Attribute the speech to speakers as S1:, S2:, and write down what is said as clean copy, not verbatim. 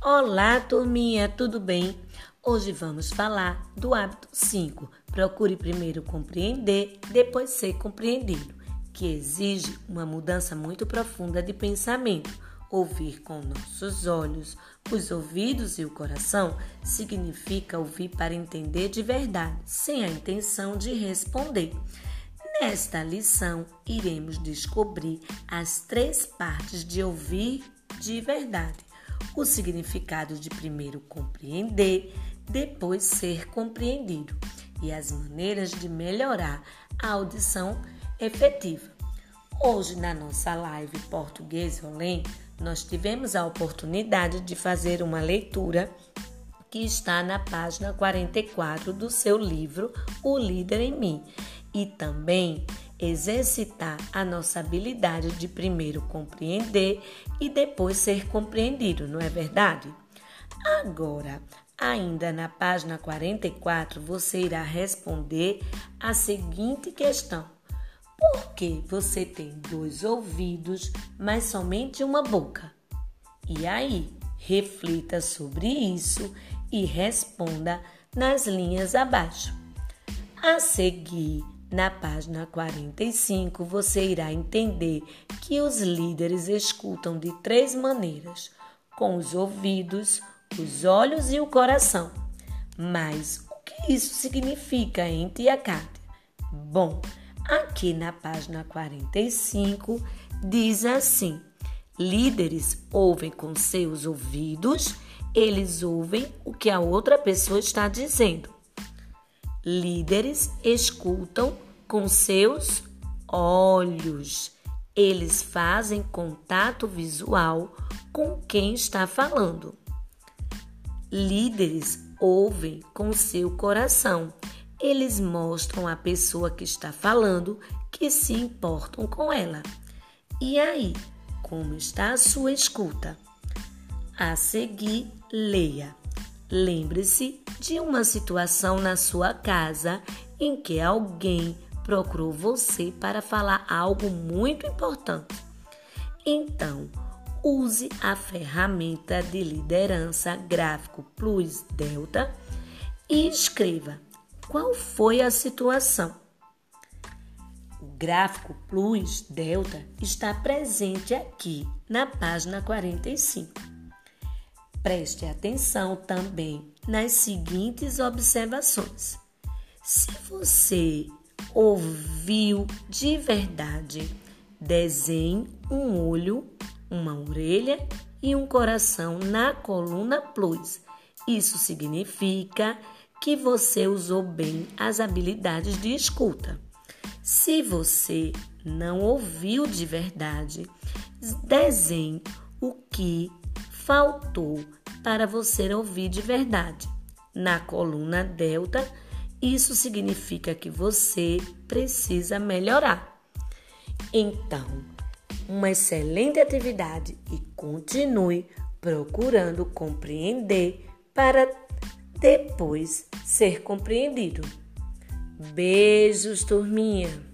S1: Olá, turminha, tudo bem? Hoje vamos falar do hábito 5. Procure primeiro compreender, depois ser compreendido, que exige uma mudança muito profunda de pensamento. Ouvir com nossos olhos, os ouvidos e o coração significa ouvir para entender de verdade, sem a intenção de responder. Nesta lição, iremos descobrir as 3 partes de ouvir de verdade. O significado de primeiro compreender, depois ser compreendido e as maneiras de melhorar a audição efetiva. Hoje, na nossa live Português Rolê, nós tivemos a oportunidade de fazer uma leitura que está na página 44 do seu livro O Líder em Mim e também exercitar a nossa habilidade de primeiro compreender e depois ser compreendido, não é verdade? Agora, ainda na página 44, você irá responder a seguinte questão: por que você tem 2 ouvidos, mas somente uma boca? E aí, reflita sobre isso e responda nas linhas abaixo. A seguir, na página 45, você irá entender que os líderes escutam de 3 maneiras: com os ouvidos, os olhos e o coração. Mas o que isso significa, hein, tia Kátia? Bom, aqui na página 45 diz assim: líderes ouvem com seus ouvidos, eles ouvem o que a outra pessoa está dizendo. Líderes escutam com seus olhos. Eles fazem contato visual com quem está falando. Líderes ouvem com seu coração. Eles mostram à pessoa que está falando que se importam com ela. E aí, como está a sua escuta? A seguir, leia. Lembre-se de uma situação na sua casa em que alguém procurou você para falar algo muito importante. Então, use a ferramenta de liderança gráfico Plus Delta e escreva qual foi a situação. O gráfico Plus Delta está presente aqui na página 45. Preste atenção também nas seguintes observações. Se você ouviu de verdade, desenhe um olho, uma orelha e um coração na coluna Plus. Isso significa que você usou bem as habilidades de escuta. Se você não ouviu de verdade, desenhe o que faltou para você ouvir de verdade. Na coluna delta, isso significa que você precisa melhorar. Então, uma excelente atividade e continue procurando compreender para depois ser compreendido. Beijos, turminha!